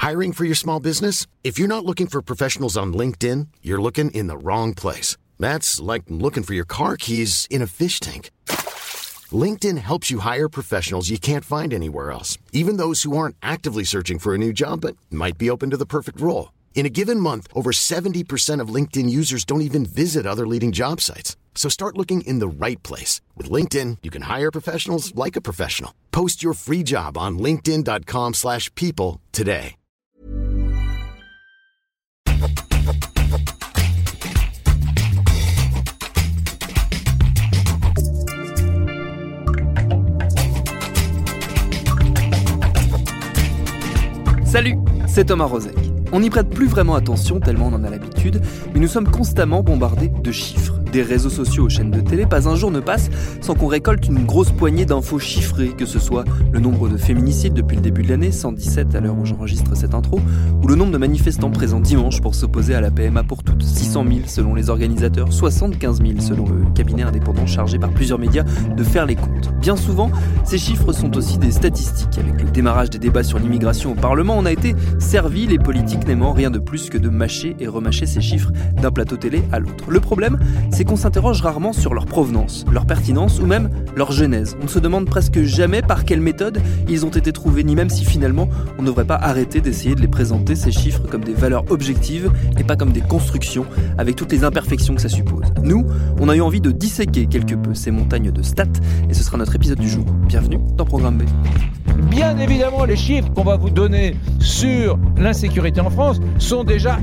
Hiring for your small business? If you're not looking for professionals on LinkedIn, you're looking in the wrong place. That's like looking for your car keys in a fish tank. LinkedIn helps you hire professionals you can't find anywhere else, even those who aren't actively searching for a new job but might be open to the perfect role. In a given month, over 70% of LinkedIn users don't even visit other leading job sites. So start looking in the right place. With LinkedIn, you can hire professionals like a professional. Post your free job on linkedin.com/people today. Salut, c'est Thomas Rozek. On n'y prête plus vraiment attention tellement on en a l'habitude, mais nous sommes constamment bombardés de chiffres. Des réseaux sociaux aux chaînes de télé, pas un jour ne passe sans qu'on récolte une grosse poignée d'infos chiffrées, que ce soit le nombre de féminicides depuis le début de l'année, 117 à l'heure où j'enregistre cette intro, ou le nombre de manifestants présents dimanche pour s'opposer à la PMA pour toutes, 600 000 selon les organisateurs, 75 000 selon le cabinet indépendant chargé par plusieurs médias de faire les comptes. Bien souvent, ces chiffres sont aussi des statistiques. Avec le démarrage des débats sur l'immigration au Parlement, on a été servi, les politiques n'aimant rien de plus que de mâcher et remâcher ces chiffres d'un plateau télé à l'autre. Le problème, c'est qu'on s'interroge rarement sur leur provenance, leur pertinence ou même leur genèse. On ne se demande presque jamais par quelle méthode ils ont été trouvés, ni même si finalement on ne devrait pas arrêter d'essayer de les présenter, ces chiffres, comme des valeurs objectives et pas comme des constructions avec toutes les imperfections que ça suppose. Nous, on a eu envie de disséquer quelque peu ces montagnes de stats et ce sera notre épisode du jour. Bienvenue dans Programme B. Bien évidemment, les chiffres qu'on va vous donner sur l'insécurité en France sont déjà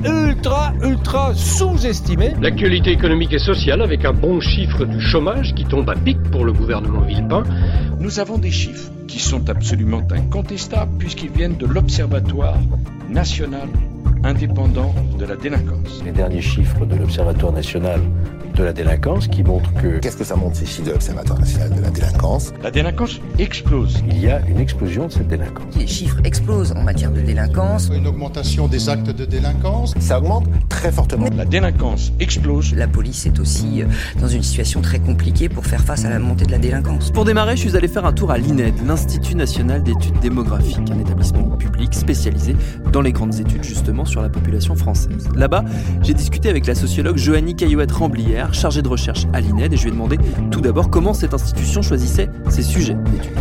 ultra sous-estimés. L'actualité économique et sociale avec un bon chiffre du chômage qui tombe à pic pour le gouvernement Villepin. Nous avons des chiffres qui sont absolument incontestables puisqu'ils viennent de l'Observatoire national indépendant de la délinquance. Les derniers chiffres de l'Observatoire national de la délinquance qui montrent que... Qu'est-ce que ça montre ces chiffres de l'Observatoire national de la délinquance ? La délinquance explose. Il y a une explosion de cette délinquance. Les chiffres explosent en matière de délinquance. Une augmentation des actes de délinquance. Ça augmente très fortement. La délinquance explose. La police est aussi dans une situation très compliquée pour faire face à la montée de la délinquance. Pour démarrer, je suis allé faire un tour à l'INED, l'Institut national d'études démographiques, un établissement public spécialisé dans les grandes études justement sur la population française. Là-bas, j'ai discuté avec la sociologue Joanie Caillouette-Ramblière, chargée de recherche à l'INED, et je lui ai demandé tout d'abord comment cette institution choisissait ses sujets d'études.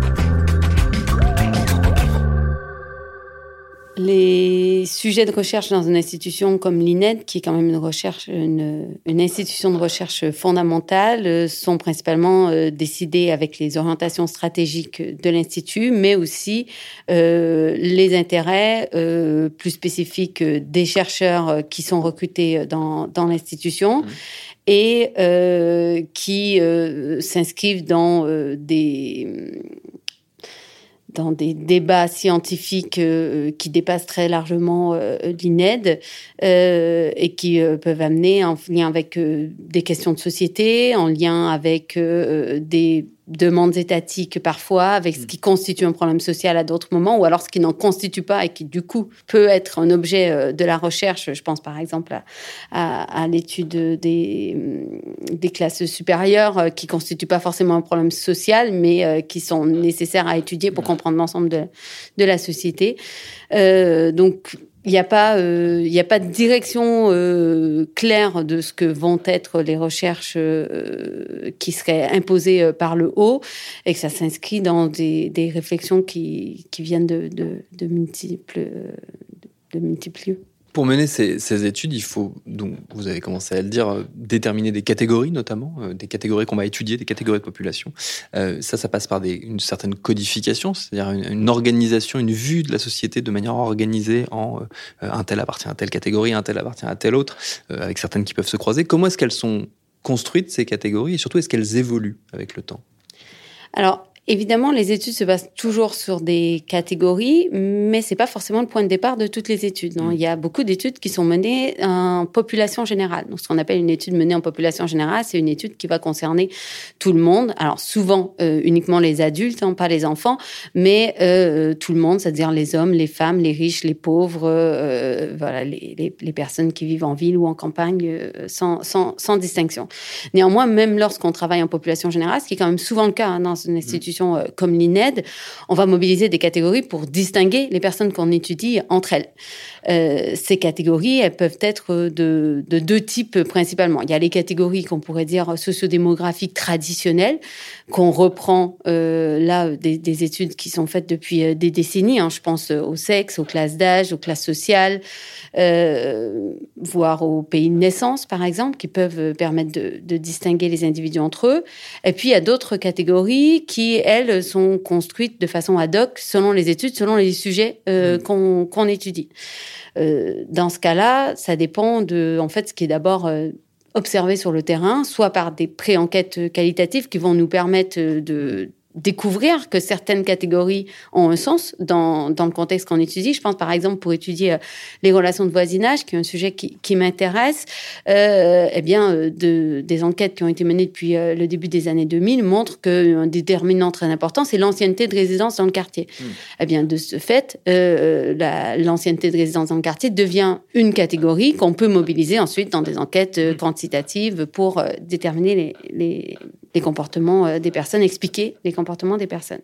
Les sujets de recherche dans une institution comme l'INED, qui est quand même une institution de recherche fondamentale, sont principalement décidés avec les orientations stratégiques de l'Institut, mais aussi les intérêts plus spécifiques des chercheurs qui sont recrutés dans l'institution. Et qui s'inscrivent dans des débats scientifiques qui dépassent très largement l'INED et qui peuvent amener en lien avec des questions de société, en lien avec des demandes étatiques parfois, avec ce qui constitue un problème social à d'autres moments, ou alors ce qui n'en constitue pas et qui, du coup, peut être un objet de la recherche. Je pense, par exemple, à l'étude des classes supérieures qui ne constituent pas forcément un problème social, mais qui sont nécessaires à étudier pour comprendre l'ensemble de la société. Donc, il n'y a pas de direction claire de ce que vont être les recherches qui seraient imposées par le haut, et que ça s'inscrit dans des réflexions qui viennent de multiples lieux. Pour mener ces études, il faut, donc vous avez commencé à le dire, déterminer des catégories notamment, des catégories qu'on va étudier, des catégories de population. Ça passe par une certaine codification, c'est-à-dire une organisation, une vue de la société de manière organisée en un tel appartient à telle catégorie, un tel appartient à telle autre, avec certaines qui peuvent se croiser. Comment est-ce qu'elles sont construites, ces catégories, et surtout est-ce qu'elles évoluent avec le temps ? Alors, évidemment, les études se basent toujours sur des catégories, mais c'est pas forcément le point de départ de toutes les études. Non, il y a beaucoup d'études qui sont menées en population générale. Donc, ce qu'on appelle une étude menée en population générale, c'est une étude qui va concerner tout le monde. Alors, souvent uniquement les adultes, pas les enfants, mais tout le monde, c'est-à-dire les hommes, les femmes, les riches, les pauvres, voilà, les personnes qui vivent en ville ou en campagne, sans distinction. Néanmoins, même lorsqu'on travaille en population générale, ce qui est quand même souvent le cas dans une institution institution comme l'INED, on va mobiliser des catégories pour distinguer les personnes qu'on étudie entre elles. Ces catégories, elles peuvent être de deux types principalement. Il y a les catégories qu'on pourrait dire sociodémographiques traditionnelles, qu'on reprend des études qui sont faites depuis des décennies. Je pense au sexe, aux classes d'âge, aux classes sociales, voire aux pays de naissance, par exemple, qui peuvent permettre de distinguer les individus entre eux. Et puis, il y a d'autres catégories qui, elles, sont construites de façon ad hoc, selon les études, selon les sujets qu'on étudie. Dans ce cas-là, ça dépend de, en fait, ce qui est d'abord observé sur le terrain, soit par des pré-enquêtes qualitatives qui vont nous permettre de découvrir que certaines catégories ont un sens dans le contexte qu'on étudie. Je pense, par exemple, pour étudier les relations de voisinage, qui est un sujet qui m'intéresse, des enquêtes qui ont été menées depuis le début des années 2000 montrent qu'un déterminant très important, c'est l'ancienneté de résidence dans le quartier. Eh bien, de ce fait, l'ancienneté de résidence dans le quartier devient une catégorie qu'on peut mobiliser ensuite dans des enquêtes quantitatives pour déterminer les comportements des personnes, expliquer les comportements des personnes.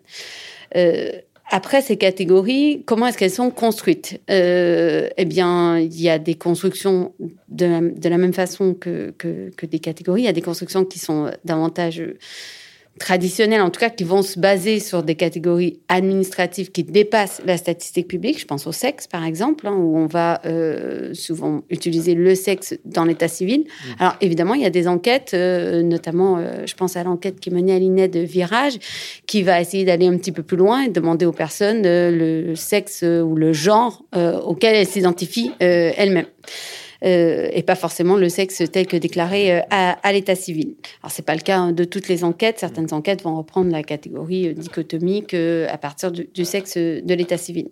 Après ces catégories, comment est-ce qu'elles sont construites ? Il y a des constructions de la même façon que des catégories. Il y a des constructions qui sont davantage traditionnelles, en tout cas, qui vont se baser sur des catégories administratives qui dépassent la statistique publique. Je pense au sexe, par exemple, où on va souvent utiliser le sexe dans l'état civil. Alors, évidemment, il y a des enquêtes, notamment, je pense à l'enquête qui est menée à l'INED Virage, qui va essayer d'aller un petit peu plus loin et demander aux personnes le sexe ou le genre auquel elles s'identifient elles-mêmes. Et pas forcément le sexe tel que déclaré à l'état civil. Alors, c'est pas le cas de toutes les enquêtes. Certaines enquêtes vont reprendre la catégorie dichotomique à partir du sexe de l'état civil.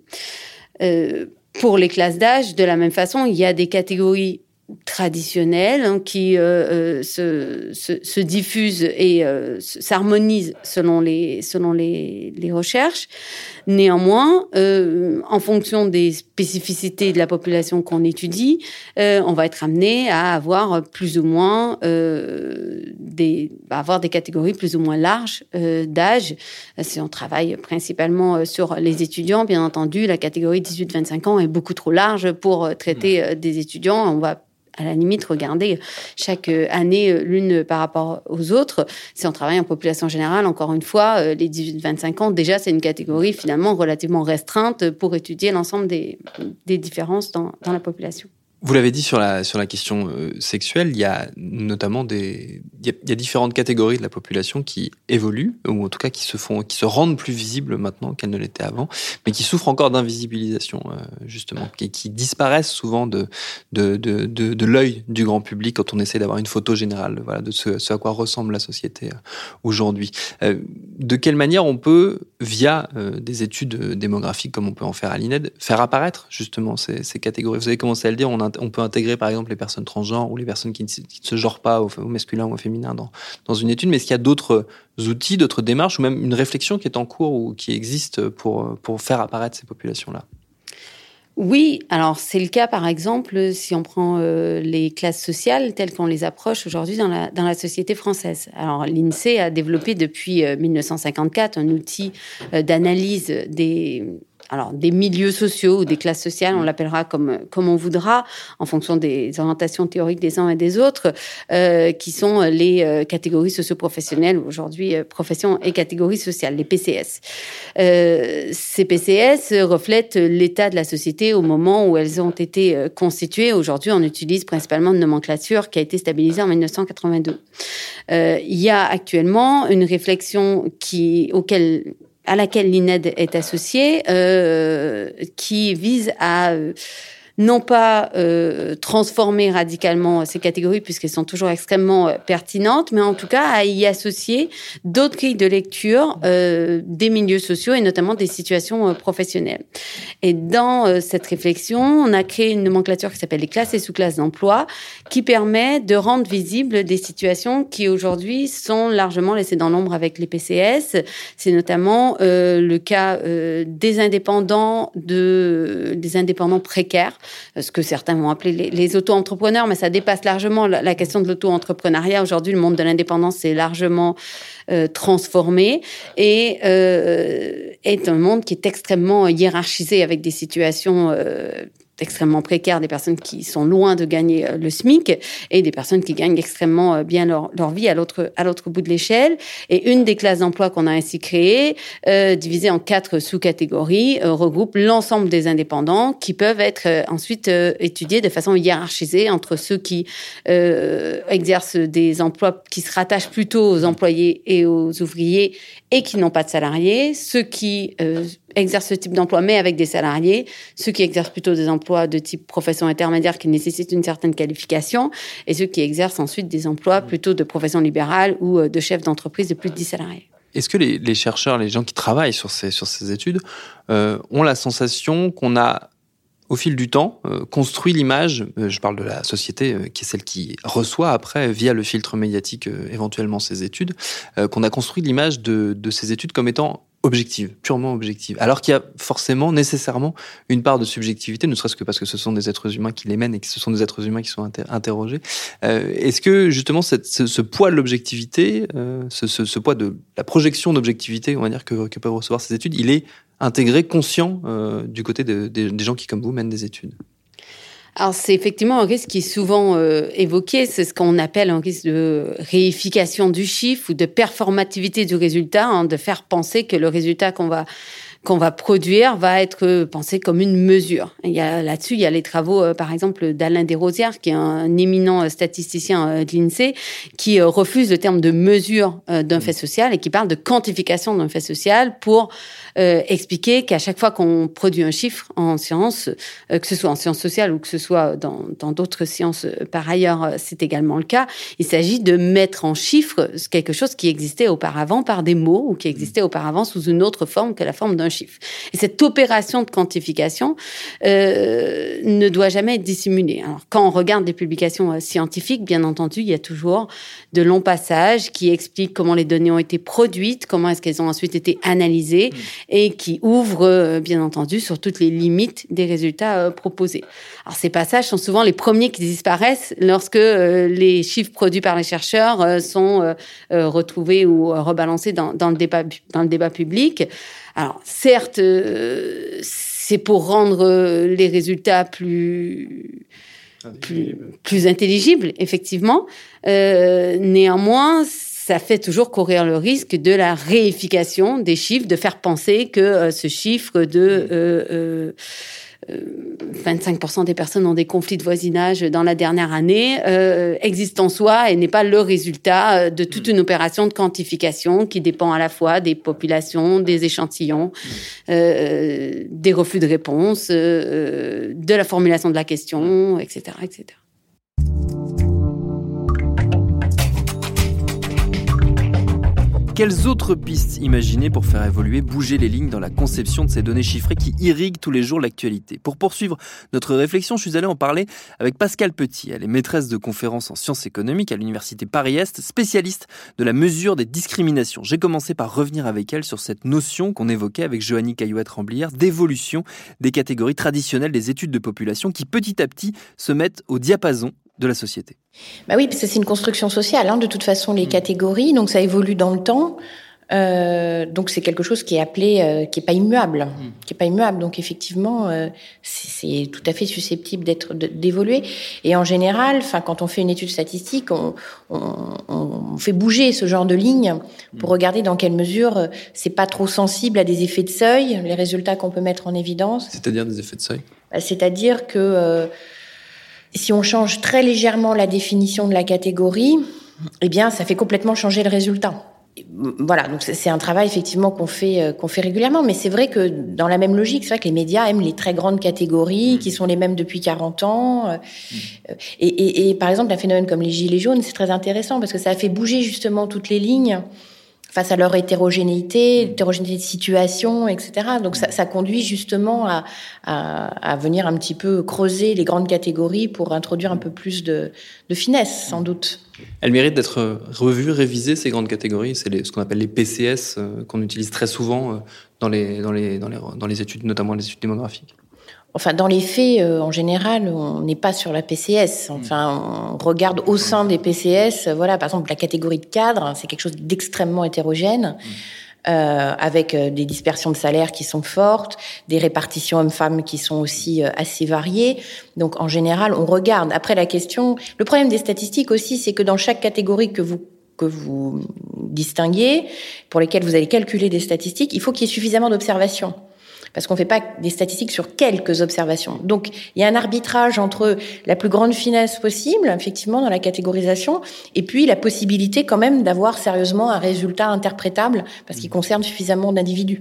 Pour les classes d'âge, de la même façon, il y a des catégories traditionnelles qui se diffusent et s'harmonisent selon les recherches. Néanmoins, en fonction des spécificités de la population qu'on étudie, on va être amené à avoir plus ou moins des catégories plus ou moins larges d'âge. Si on travaille principalement sur les étudiants, bien entendu, la catégorie 18-25 ans est beaucoup trop large pour traiter des étudiants. On va à la limite, regarder chaque année l'une par rapport aux autres. Si on travaille en population générale, encore une fois, les 18-25 ans, déjà, c'est une catégorie finalement relativement restreinte pour étudier l'ensemble des différences dans la population. Vous l'avez dit sur la question sexuelle, il y a notamment il y a différentes catégories de la population qui évoluent, ou en tout cas qui se rendent plus visibles maintenant qu'elles ne l'étaient avant, mais qui souffrent encore d'invisibilisation, justement, qui disparaissent souvent de l'œil du grand public quand on essaie d'avoir une photo générale, voilà, de ce à quoi ressemble la société aujourd'hui. De quelle manière on peut, via des études démographiques comme on peut en faire à l'INED, faire apparaître justement ces catégories? Vous avez commencé à le dire, on peut intégrer par exemple les personnes transgenres ou les personnes qui ne se genrent pas au masculin ou au féminin dans une étude, mais est-ce qu'il y a d'autres outils, d'autres démarches ou même une réflexion qui est en cours ou qui existe pour faire apparaître ces populations-là? Oui, alors c'est le cas par exemple si on prend les classes sociales telles qu'on les approche aujourd'hui dans la société française. Alors l'INSEE a développé depuis 1954 un outil d'analyse des milieux sociaux ou des classes sociales, on l'appellera comme on voudra, en fonction des orientations théoriques des uns et des autres, qui sont les catégories socio-professionnelles, aujourd'hui professions et catégories sociales, les PCS. Ces PCS reflètent l'état de la société au moment où elles ont été constituées. Aujourd'hui, on utilise principalement une nomenclature qui a été stabilisée en 1982. Il y a actuellement une réflexion à laquelle l'INED est associée, qui vise à non pas transformer radicalement ces catégories, puisqu'elles sont toujours extrêmement pertinentes, mais en tout cas à y associer d'autres grilles de lecture des milieux sociaux et notamment des situations professionnelles. Et dans cette réflexion, on a créé une nomenclature qui s'appelle les classes et sous-classes d'emploi, qui permet de rendre visibles des situations qui aujourd'hui sont largement laissées dans l'ombre avec les PCS. C'est notamment le cas des indépendants précaires, ce que certains vont appeler les auto-entrepreneurs, mais ça dépasse largement la question de l'auto-entrepreneuriat. Aujourd'hui, le monde de l'indépendance est largement transformé et est un monde qui est extrêmement hiérarchisé avec des situations extrêmement précaires, des personnes qui sont loin de gagner le SMIC et des personnes qui gagnent extrêmement bien leur vie à l'autre bout de l'échelle. Et une des classes d'emploi qu'on a ainsi créées, divisée en 4 sous-catégories, regroupe l'ensemble des indépendants qui peuvent être ensuite étudiés de façon hiérarchisée entre ceux qui exercent des emplois qui se rattachent plutôt aux employés et aux ouvriers et qui n'ont pas de salariés, ceux qui exercent ce type d'emploi mais avec des salariés, ceux qui exercent plutôt des emplois de type profession intermédiaire qui nécessitent une certaine qualification et ceux qui exercent ensuite des emplois plutôt de profession libérale ou de chef d'entreprise de plus de 10 salariés. Est-ce que les chercheurs, les gens qui travaillent sur ces études ont la sensation qu'on a au fil du temps, construit l'image, je parle de la société qui est celle qui reçoit après, via le filtre médiatique, éventuellement ces études, qu'on a construit l'image de ces études comme étant objective, purement objective, alors qu'il y a forcément, nécessairement, une part de subjectivité, ne serait-ce que parce que ce sont des êtres humains qui les mènent et que ce sont des êtres humains qui sont interrogés. Est-ce que, justement, ce poids de l'objectivité, ce poids de la projection d'objectivité, on va dire, que peuvent recevoir ces études, il est intégré, conscient du côté des gens qui, comme vous, mènent des études? Alors, c'est effectivement un risque qui est souvent évoqué. C'est ce qu'on appelle un risque de réification du chiffre ou de performativité du résultat, de faire penser que le résultat qu'on va produire va être pensé comme une mesure. Là-dessus, il y a les travaux, par exemple, d'Alain Desrosières, qui est un éminent statisticien de l'INSEE, qui refuse le terme de mesure d'un fait social et qui parle de quantification d'un fait social pour expliquer qu'à chaque fois qu'on produit un chiffre en sciences, que ce soit en sciences sociales ou que ce soit dans d'autres sciences par ailleurs, c'est également le cas, il s'agit de mettre en chiffres quelque chose qui existait auparavant par des mots ou qui existait auparavant sous une autre forme que la forme d'un chiffre. Et cette opération de quantification ne doit jamais être dissimulée. Alors, quand on regarde des publications scientifiques, bien entendu, il y a toujours de longs passages qui expliquent comment les données ont été produites, comment est-ce qu'elles ont ensuite été analysées et qui ouvrent, bien entendu, sur toutes les limites des résultats proposés. Alors, ces passages sont souvent les premiers qui disparaissent lorsque les chiffres produits par les chercheurs sont retrouvés ou rebalancés dans le débat public. Alors, certes, c'est pour rendre les résultats plus intelligibles, effectivement. Néanmoins, ça fait toujours courir le risque de la réification des chiffres, de faire penser que ce chiffre de 25% des personnes ont des conflits de voisinage dans la dernière année, existe en soi et n'est pas le résultat de toute une opération de quantification qui dépend à la fois des populations, des échantillons, des refus de réponse, de la formulation de la question, etc., etc. Quelles autres pistes imaginer pour faire évoluer, bouger les lignes dans la conception de ces données chiffrées qui irriguent tous les jours l'actualité? Pour poursuivre notre réflexion, je suis allé en parler avec Pascale Petit. Elle est maîtresse de conférences en sciences économiques à l'université Paris-Est, spécialiste de la mesure des discriminations. J'ai commencé par revenir avec elle sur cette notion qu'on évoquait avec Joanie Caillouette-Ramblière d'évolution des catégories traditionnelles des études de population qui petit à petit se mettent au diapason de la société. Bah oui, parce que c'est une construction sociale, de toute façon, les catégories, donc ça évolue dans le temps. Donc c'est quelque chose qui est appelé, qui est pas immuable, Donc effectivement, c'est tout à fait susceptible d'évoluer. Et en général, quand on fait une étude statistique, on fait bouger ce genre de lignes pour regarder dans quelle mesure c'est pas trop sensible à des effets de seuil, les résultats qu'on peut mettre en évidence. C'est-à-dire des effets de seuil? C'est-à-dire que si on change très légèrement la définition de la catégorie, eh bien, ça fait complètement changer le résultat. Voilà, donc c'est un travail effectivement qu'on fait régulièrement, mais c'est vrai que dans la même logique, c'est vrai que les médias aiment les très grandes catégories qui sont les mêmes depuis 40 ans. Et par exemple, un phénomène comme les gilets jaunes, c'est très intéressant parce que ça a fait bouger justement toutes les lignes face à leur hétérogénéité de situation, etc. Donc ça conduit justement à venir un petit peu creuser les grandes catégories pour introduire un peu plus de finesse, sans doute. Elles méritent d'être revues, révisées, ces grandes catégories. C'est ce qu'on appelle les PCS, qu'on utilise très souvent dans les études, notamment les études démographiques. Enfin, dans les faits, en général, on n'est pas sur la PCS. Enfin, on regarde au sein des PCS, voilà, par exemple, la catégorie de cadre, c'est quelque chose d'extrêmement hétérogène, avec des dispersions de salaires qui sont fortes, des répartitions hommes-femmes qui sont aussi assez variées. Donc, en général, on regarde. Après, la question, le problème des statistiques aussi, c'est que dans chaque catégorie que vous distinguez, pour lesquelles vous allez calculer des statistiques, il faut qu'il y ait suffisamment d'observations. Parce qu'on ne fait pas des statistiques sur quelques observations. Donc, il y a un arbitrage entre la plus grande finesse possible, effectivement, dans la catégorisation, et puis la possibilité quand même d'avoir sérieusement un résultat interprétable, parce qu'il concerne suffisamment d'individus.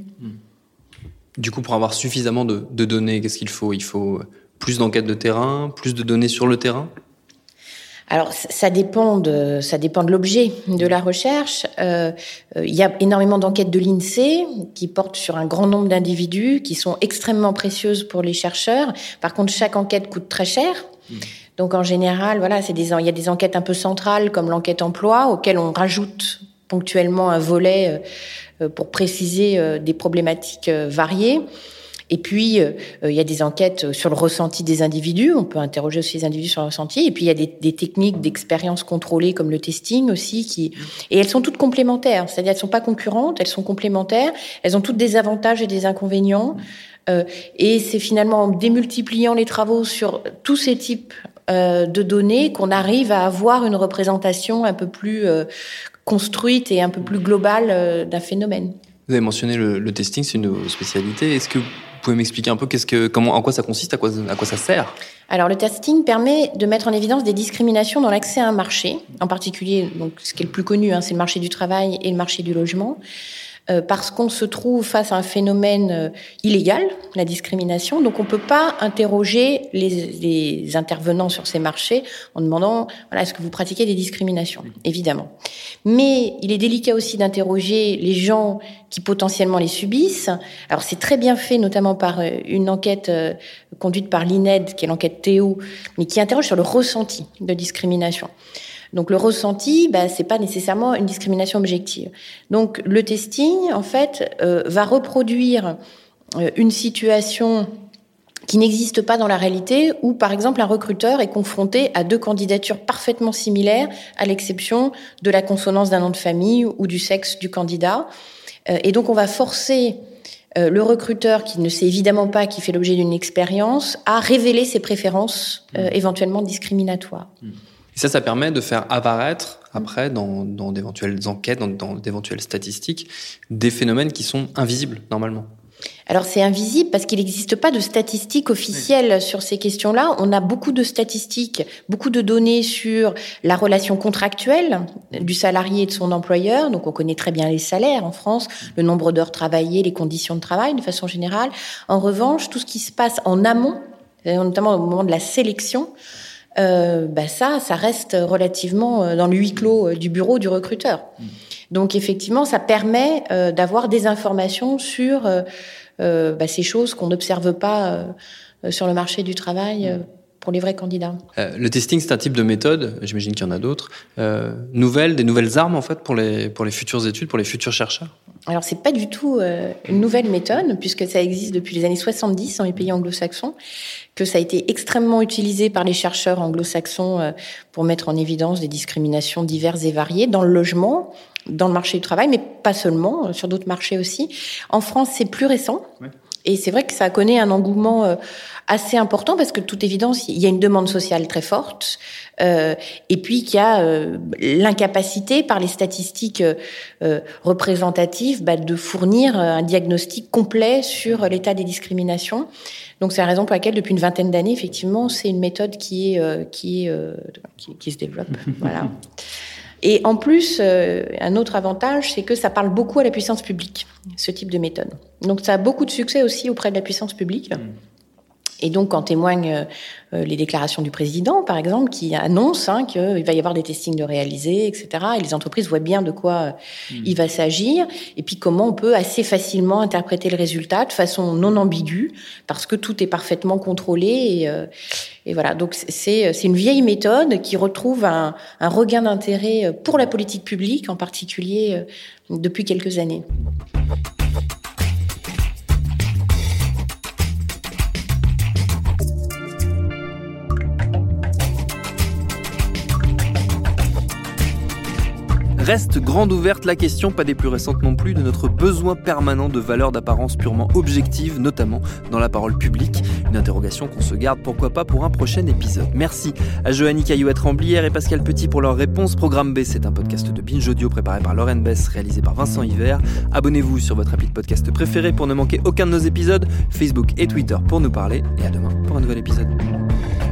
Du coup, pour avoir suffisamment de données, qu'est-ce qu'il faut ? Il faut plus d'enquêtes de terrain, plus de données sur le terrain ? Alors, ça dépend de l'objet de la recherche. Il y a énormément d'enquêtes de l'INSEE qui portent sur un grand nombre d'individus, qui sont extrêmement précieuses pour les chercheurs. Par contre, chaque enquête coûte très cher. Donc, en général, voilà, il y a des enquêtes un peu centrales, comme l'enquête emploi, auxquelles on rajoute ponctuellement un volet pour préciser des problématiques variées. Et puis, il y a des enquêtes sur le ressenti des individus. On peut interroger aussi les individus sur le ressenti. Et puis, il y a des techniques d'expérience contrôlée comme le testing aussi. Et elles sont toutes complémentaires. C'est-à-dire, elles sont pas concurrentes, elles sont complémentaires. Elles ont toutes des avantages et des inconvénients. Et c'est finalement en démultipliant les travaux sur tous ces types de données qu'on arrive à avoir une représentation un peu plus construite et un peu plus globale d'un phénomène. Vous avez mentionné le testing, c'est une spécialité. Est-ce que vous pouvez m'expliquer un peu en quoi ça consiste, à quoi ça sert ? Alors, le testing permet de mettre en évidence des discriminations dans l'accès à un marché, en particulier, donc ce qui est le plus connu, c'est le marché du travail et le marché du logement. Parce qu'on se trouve face à un phénomène illégal, la discrimination. Donc, on peut pas interroger les intervenants sur ces marchés en demandant, voilà, est-ce que vous pratiquez des discriminations ? Évidemment. Mais il est délicat aussi d'interroger les gens qui potentiellement les subissent. Alors, c'est très bien fait, notamment par une enquête conduite par l'INED, qui est l'enquête Théo, mais qui interroge sur le ressenti de discrimination. Donc le ressenti, c'est pas nécessairement une discrimination objective. Donc le testing, en fait, va reproduire une situation qui n'existe pas dans la réalité, où par exemple un recruteur est confronté à deux candidatures parfaitement similaires, à l'exception de la consonance d'un nom de famille ou du sexe du candidat. Et donc on va forcer le recruteur, qui ne sait évidemment pas, qui fait l'objet d'une expérience, à révéler ses préférences éventuellement discriminatoires. Et ça permet de faire apparaître, après, dans d'éventuelles enquêtes, dans d'éventuelles statistiques, des phénomènes qui sont invisibles, normalement. Alors, c'est invisible parce qu'il n'existe pas de statistiques officielles sur ces questions-là. On a beaucoup de statistiques, beaucoup de données sur la relation contractuelle du salarié et de son employeur. Donc, on connaît très bien les salaires en France, le nombre d'heures travaillées, les conditions de travail de façon générale. En revanche, tout ce qui se passe en amont, notamment au moment de la sélection, ça reste relativement dans le huis clos du bureau du recruteur. Donc effectivement, ça permet d'avoir des informations sur ces choses qu'on n'observe pas sur le marché du travail pour les vrais candidats. Le testing, c'est un type de méthode, j'imagine qu'il y en a d'autres, des nouvelles armes en fait pour les futures études, pour les futurs chercheurs. Alors, c'est pas du tout une nouvelle méthode, puisque ça existe depuis les années 70 dans les pays anglo-saxons, que ça a été extrêmement utilisé par les chercheurs anglo-saxons pour mettre en évidence des discriminations diverses et variées dans le logement, dans le marché du travail, mais pas seulement, sur d'autres marchés aussi. En France, c'est plus récent. Ouais. Et c'est vrai que ça connaît un engouement assez important parce que, de toute évidence, il y a une demande sociale très forte et puis qu'il y a l'incapacité par les statistiques représentatives de fournir un diagnostic complet sur l'état des discriminations. Donc, c'est la raison pour laquelle, depuis une vingtaine d'années, effectivement, c'est une méthode qui se développe. Voilà. Et en plus, un autre avantage, c'est que ça parle beaucoup à la puissance publique, ce type de méthode. Donc, ça a beaucoup de succès aussi auprès de la puissance publique. Et donc, en témoignent les déclarations du président, par exemple, qui annonce qu'il va y avoir des testings de réalisés, etc. Et les entreprises voient bien de quoi il va s'agir. Et puis, comment on peut assez facilement interpréter le résultat de façon non ambiguë, parce que tout est parfaitement contrôlé. Et voilà. Donc, c'est une vieille méthode qui retrouve un regain d'intérêt pour la politique publique, en particulier depuis quelques années. Reste grande ouverte la question, pas des plus récentes non plus, de notre besoin permanent de valeurs d'apparence purement objectives, notamment dans la parole publique. Une interrogation qu'on se garde, pourquoi pas, pour un prochain épisode. Merci à Joanny Caillouette-Ramblière et Pascal Petit pour leurs réponses. Programme B, c'est un podcast de Binge Audio préparé par Lauren Bess, réalisé par Vincent Hiver. Abonnez-vous sur votre appli de podcast préféré pour ne manquer aucun de nos épisodes, Facebook et Twitter pour nous parler, et à demain pour un nouvel épisode.